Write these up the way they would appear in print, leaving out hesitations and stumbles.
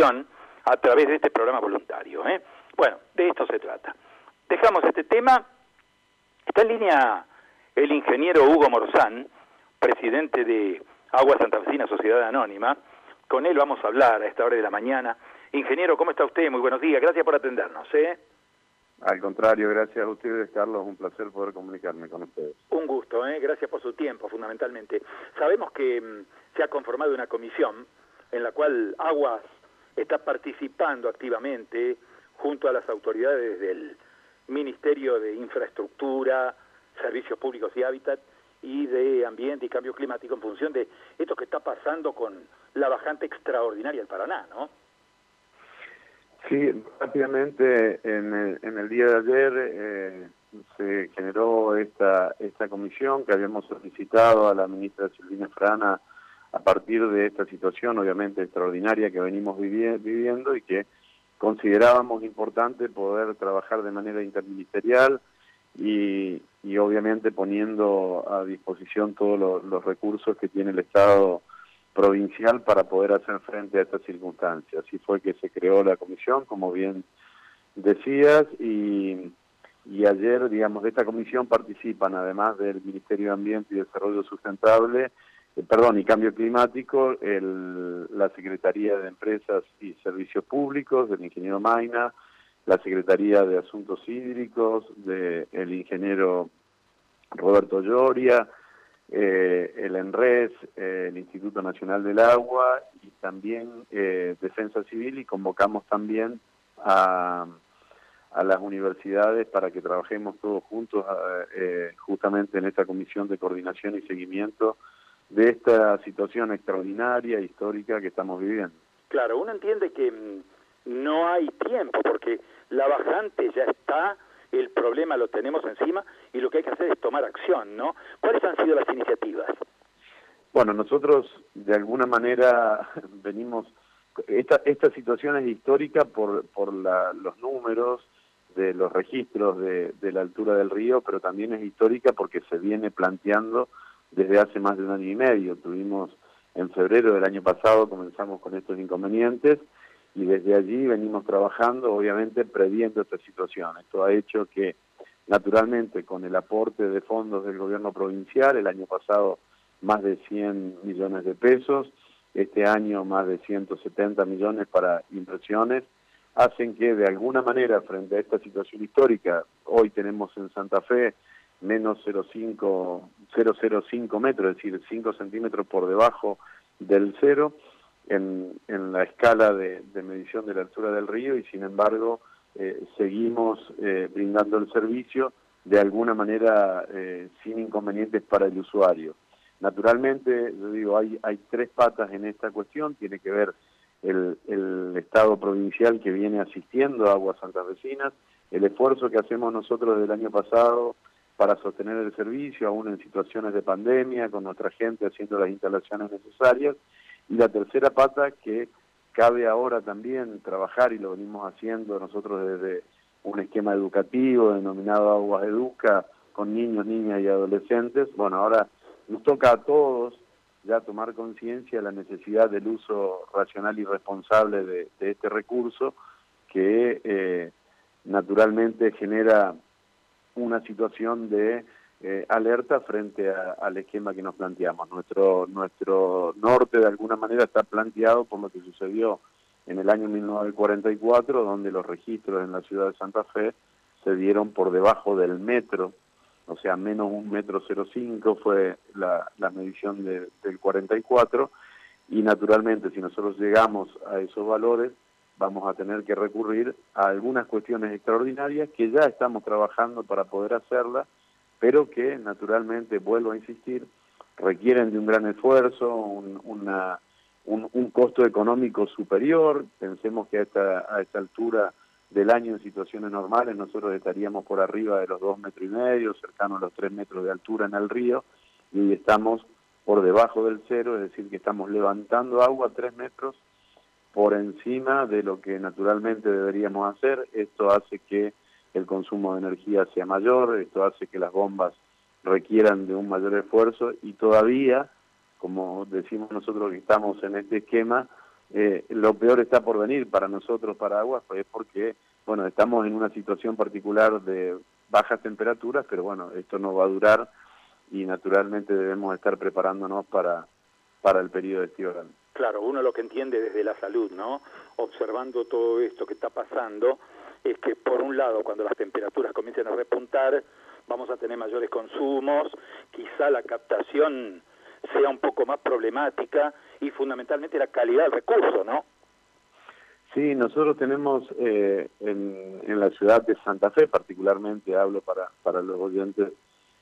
información a través de este programa voluntario, ¿eh? Bueno, de esto se trata. Dejamos este tema. Está en línea el ingeniero Hugo Morzán, presidente de Aguas Santafesina Sociedad Anónima. Con él vamos a hablar a esta hora de la mañana. Ingeniero, ¿cómo está usted? Muy buenos días. Gracias por atendernos, ¿eh? Al contrario, gracias a ustedes, Carlos. Un placer poder comunicarme con ustedes. Un gusto, ¿eh? Gracias por su tiempo, fundamentalmente. Sabemos que se ha conformado una comisión en la cual Aguas está participando activamente junto a las autoridades del Ministerio de Infraestructura, Servicios Públicos y Hábitat y de Ambiente y Cambio Climático en función de esto que está pasando con la bajante extraordinaria del Paraná, ¿no? Sí, rápidamente en el día de ayer se generó esta comisión que habíamos solicitado a la ministra Silvina Frana a partir de esta situación obviamente extraordinaria que venimos viviendo y que considerábamos importante poder trabajar de manera interministerial y obviamente poniendo a disposición todos los recursos que tiene el Estado provincial para poder hacer frente a estas circunstancias. Así fue que se creó la comisión, como bien decías, y ayer, digamos, de esta comisión participan, además del Ministerio de Ambiente y Desarrollo Sustentable, y Cambio Climático, la Secretaría de Empresas y Servicios Públicos, del ingeniero Mayna, la Secretaría de Asuntos Hídricos, del ingeniero Roberto Lloria, el ENRES, el Instituto Nacional del Agua y también Defensa Civil, y convocamos también a las universidades para que trabajemos todos juntos justamente en esta comisión de coordinación y seguimiento de esta situación extraordinaria, histórica que estamos viviendo. Claro, uno entiende que no hay tiempo porque la bajante ya está, el problema lo tenemos encima y lo que hay que hacer es tomar acción, ¿no? ¿Cuáles han sido las iniciativas? Bueno, nosotros de alguna manera venimos... Esta situación es histórica por los números de los registros de la altura del río, pero también es histórica porque se viene planteando desde hace más de un año y medio. Tuvimos en febrero del año pasado, comenzamos con estos inconvenientes y desde allí venimos trabajando, obviamente previendo esta situación. Esto ha hecho que, naturalmente, con el aporte de fondos del gobierno provincial, el año pasado más de 100 millones de pesos, este año más de 170 millones para inversiones, hacen que de alguna manera, frente a esta situación histórica, hoy tenemos en Santa Fe menos 0,05 metros, es decir, 5 centímetros por debajo del cero en la escala de medición de la altura del río, y sin embargo seguimos brindando el servicio de alguna manera sin inconvenientes para el usuario. Naturalmente, yo digo, hay tres patas en esta cuestión. Tiene que ver el Estado provincial que viene asistiendo a Aguas Santafesinas, el esfuerzo que hacemos nosotros desde el año pasado para sostener el servicio, aún en situaciones de pandemia, con nuestra gente haciendo las instalaciones necesarias, y la tercera pata que cabe ahora también trabajar, y lo venimos haciendo nosotros desde un esquema educativo denominado Aguas Educa, con niños, niñas y adolescentes. Bueno, ahora nos toca a todos ya tomar conciencia de la necesidad del uso racional y responsable de este recurso que naturalmente genera una situación de alerta frente al esquema que nos planteamos. Nuestro norte de alguna manera está planteado por lo que sucedió en el año 1944, donde los registros en la ciudad de Santa Fe se dieron por debajo del metro, o sea, menos 1,05 m fue la medición del 44, y naturalmente si nosotros llegamos a esos valores vamos a tener que recurrir a algunas cuestiones extraordinarias que ya estamos trabajando para poder hacerlas, pero que naturalmente, vuelvo a insistir, requieren de un gran esfuerzo, un costo económico superior. Pensemos que a esta altura del año, en situaciones normales, nosotros estaríamos por arriba de los 2,5 metros, cercanos a los 3 metros de altura en el río, y hoy estamos por debajo del cero, es decir, que estamos levantando agua 3 metros por encima de lo que naturalmente deberíamos hacer. Esto hace que el consumo de energía sea mayor, esto hace que las bombas requieran de un mayor esfuerzo, y todavía, como decimos nosotros que estamos en este esquema, lo peor está por venir para nosotros, para Aguas, pues es porque, bueno, estamos en una situación particular de bajas temperaturas, pero bueno, esto no va a durar y naturalmente debemos estar preparándonos para el periodo estival. Claro, uno lo que entiende desde la salud, ¿no? Observando todo esto que está pasando, es que por un lado, cuando las temperaturas comiencen a repuntar, vamos a tener mayores consumos, quizá la captación sea un poco más problemática y fundamentalmente la calidad del recurso, ¿no? Sí, nosotros tenemos en la ciudad de Santa Fe, particularmente hablo para los oyentes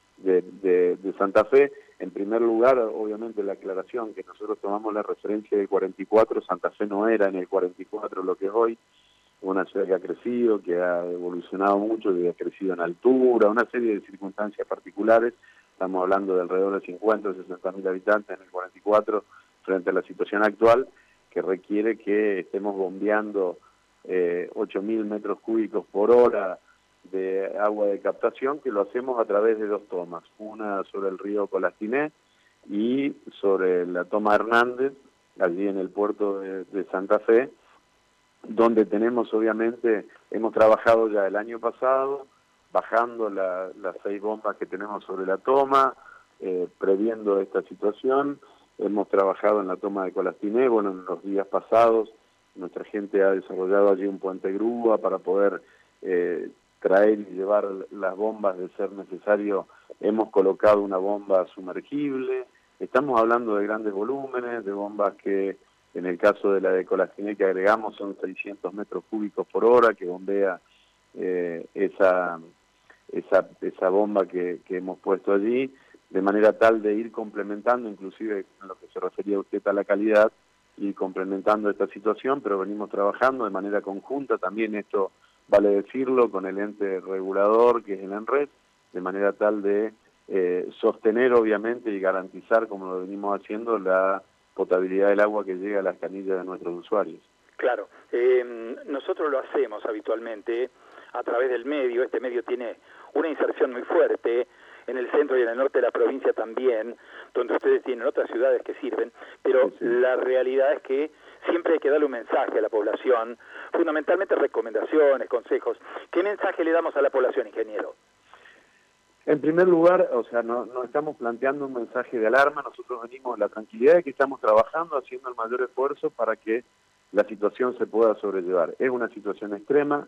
de Santa Fe, en primer lugar, obviamente la aclaración que nosotros tomamos la referencia del 44, Santa Fe no era en el 44 lo que es hoy, una ciudad que ha crecido, que ha evolucionado mucho, que ha crecido en altura, una serie de circunstancias particulares, estamos hablando de alrededor de 50 o 60 mil habitantes en el 44 frente a la situación actual, que requiere que estemos bombeando 8.000 metros cúbicos por hora de agua de captación, que lo hacemos a través de dos tomas, una sobre el río Colastiné y sobre la toma Hernández, allí en el puerto de Santa Fe, donde tenemos obviamente, hemos trabajado ya el año pasado, bajando las 6 bombas que tenemos sobre la toma, previendo esta situación, hemos trabajado en la toma de Colastiné, bueno, en los días pasados nuestra gente ha desarrollado allí un puente grúa para poder traer y llevar las bombas de ser necesario, hemos colocado una bomba sumergible, estamos hablando de grandes volúmenes, de bombas que en el caso de la de Colastiné que agregamos son 600 metros cúbicos por hora que bombea esa bomba que hemos puesto allí, de manera tal de ir complementando, inclusive en lo que se refería usted a la calidad, ir complementando esta situación, pero venimos trabajando de manera conjunta, también esto vale decirlo, con el ente regulador que es el ENRES, de manera tal de sostener obviamente y garantizar, como lo venimos haciendo, la potabilidad del agua que llega a las canillas de nuestros usuarios. Claro, nosotros lo hacemos habitualmente a través del medio, este medio tiene una inserción muy fuerte en el centro y en el norte de la provincia también, donde ustedes tienen otras ciudades que sirven, pero sí. La realidad es que siempre hay que darle un mensaje a la población, fundamentalmente recomendaciones, consejos. ¿Qué mensaje le damos a la población, ingeniero? En primer lugar, o sea, no estamos planteando un mensaje de alarma, nosotros venimos la tranquilidad de que estamos trabajando, haciendo el mayor esfuerzo para que la situación se pueda sobrellevar. Es una situación extrema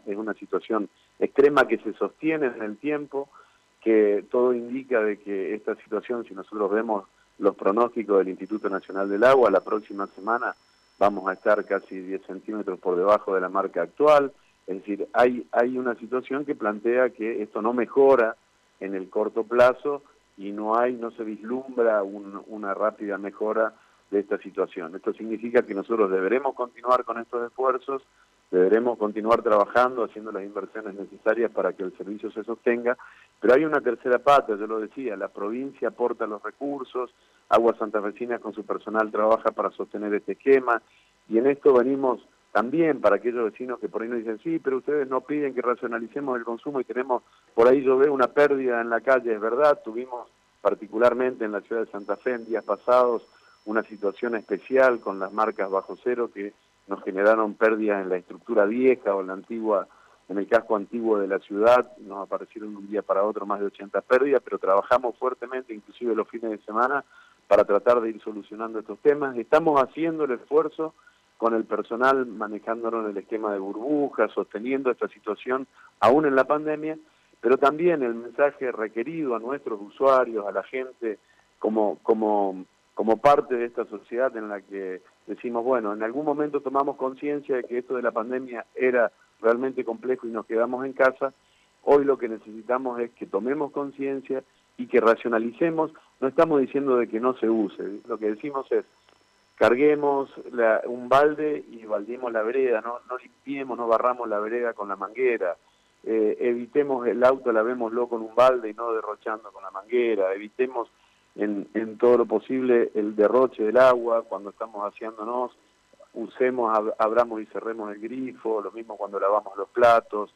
que se sostiene en el tiempo, que todo indica de que esta situación, si nosotros vemos los pronósticos del Instituto Nacional del Agua, la próxima semana vamos a estar casi 10 centímetros por debajo de la marca actual, es decir, hay una situación que plantea que esto no mejora en el corto plazo y no se vislumbra una rápida mejora de esta situación. Esto significa que nosotros deberemos continuar con estos esfuerzos, deberemos continuar trabajando, haciendo las inversiones necesarias para que el servicio se sostenga, pero hay una tercera pata, yo lo decía, la provincia aporta los recursos, Aguas Santafesinas con su personal trabaja para sostener este esquema, y en esto venimos también para aquellos vecinos que por ahí nos dicen, sí, pero ustedes no piden que racionalicemos el consumo y tenemos, por ahí yo veo una pérdida en la calle, es verdad, tuvimos particularmente en la ciudad de Santa Fe en días pasados una situación especial con las marcas bajo cero que nos generaron pérdidas en la estructura vieja o en la antigua, en el casco antiguo de la ciudad, nos aparecieron de un día para otro más de 80 pérdidas, pero trabajamos fuertemente, inclusive los fines de semana, para tratar de ir solucionando estos temas. Estamos haciendo el esfuerzo con el personal, manejándonos en el esquema de burbujas, sosteniendo esta situación aún en la pandemia, pero también el mensaje requerido a nuestros usuarios, a la gente, como parte de esta sociedad en la que decimos, bueno, en algún momento tomamos conciencia de que esto de la pandemia era realmente complejo y nos quedamos en casa, hoy lo que necesitamos es que tomemos conciencia y que racionalicemos, no estamos diciendo de que no se use, lo que decimos es, carguemos un balde y baldimos la vereda, no limpiemos, no barramos la vereda con la manguera, evitemos el auto, lavémoslo con un balde y no derrochando con la manguera, evitemos en todo lo posible el derroche del agua cuando estamos aseándonos, abramos y cerremos el grifo, lo mismo cuando lavamos los platos,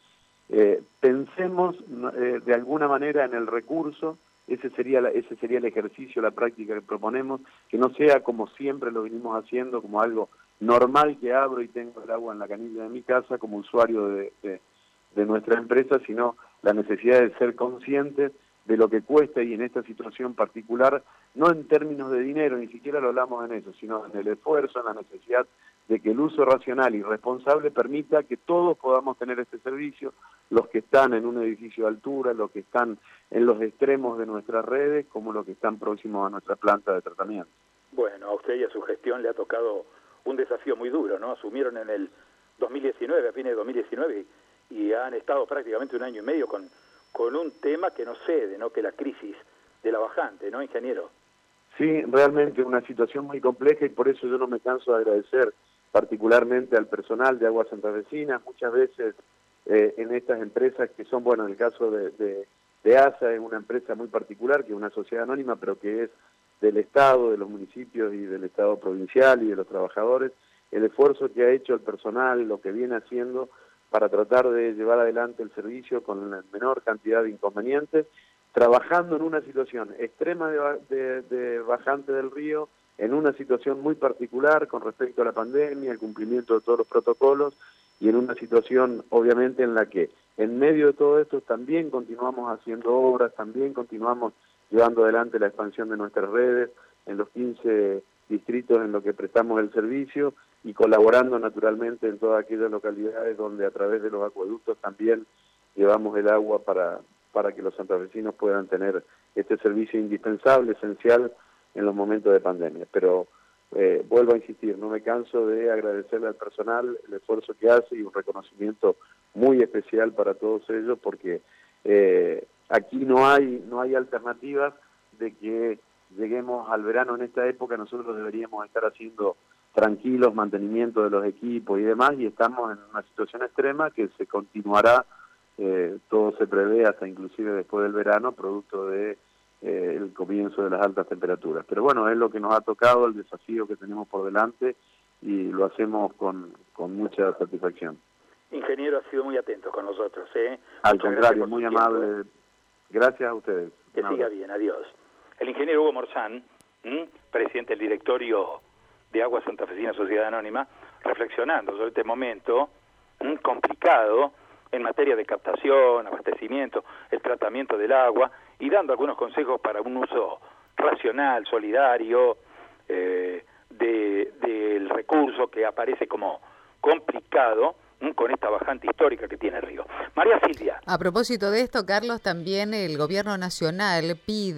pensemos de alguna manera en el recurso, ese sería el ejercicio, la práctica que proponemos, que no sea como siempre lo venimos haciendo, como algo normal que abro y tengo el agua en la canilla de mi casa como usuario de nuestra empresa, sino la necesidad de ser conscientes de lo que cuesta, y en esta situación particular, no en términos de dinero, ni siquiera lo hablamos en eso, sino en el esfuerzo, en la necesidad de que el uso racional y responsable permita que todos podamos tener este servicio, los que están en un edificio de altura, los que están en los extremos de nuestras redes, como los que están próximos a nuestra planta de tratamiento. Bueno, a usted y a su gestión le ha tocado un desafío muy duro, ¿no? Asumieron en el 2019, a fines de 2019, y han estado prácticamente un año y medio con un tema que no cede, ¿no? Que la crisis de la bajante, ¿no, ingeniero? Sí, realmente una situación muy compleja, y por eso yo no me canso de agradecer particularmente al personal de Aguas Santafesinas. Muchas veces en estas empresas que son, bueno, en el caso de ASA es una empresa muy particular, que es una sociedad anónima, pero que es del Estado, de los municipios y del Estado provincial y de los trabajadores, el esfuerzo que ha hecho el personal, lo que viene haciendo para tratar de llevar adelante el servicio con la menor cantidad de inconvenientes, trabajando en una situación extrema de bajante del río, en una situación muy particular con respecto a la pandemia, el cumplimiento de todos los protocolos, y en una situación obviamente en la que en medio de todo esto también continuamos haciendo obras, también continuamos llevando adelante la expansión de nuestras redes en los 15 distritos en los que prestamos el servicio, y colaborando naturalmente en todas aquellas localidades donde a través de los acueductos también llevamos el agua para que los santafesinos puedan tener este servicio indispensable, esencial en los momentos de pandemia. Pero vuelvo a insistir, no me canso de agradecerle al personal el esfuerzo que hace, y un reconocimiento muy especial para todos ellos, porque aquí no hay alternativas de que lleguemos al verano en esta época. Nosotros deberíamos estar haciendo tranquilos mantenimiento de los equipos y demás, y estamos en una situación extrema que se continuará, todo se prevé hasta inclusive después del verano, producto de el comienzo de las altas temperaturas. Pero bueno, es lo que nos ha tocado, el desafío que tenemos por delante, y lo hacemos con mucha satisfacción. Ingeniero, ha sido muy atento con nosotros, ¿eh? Al contrario, muy amable. Gracias a ustedes. Que siga bien, adiós. El ingeniero Hugo Morzán, presidente del directorio de Aguas Santafesinas Sociedad Anónima, reflexionando sobre este momento complicado en materia de captación, abastecimiento, el tratamiento del agua, y dando algunos consejos para un uso racional, solidario, del recurso que aparece como complicado con esta bajante histórica que tiene el río. María Silvia. A propósito de esto, Carlos, también el gobierno nacional pide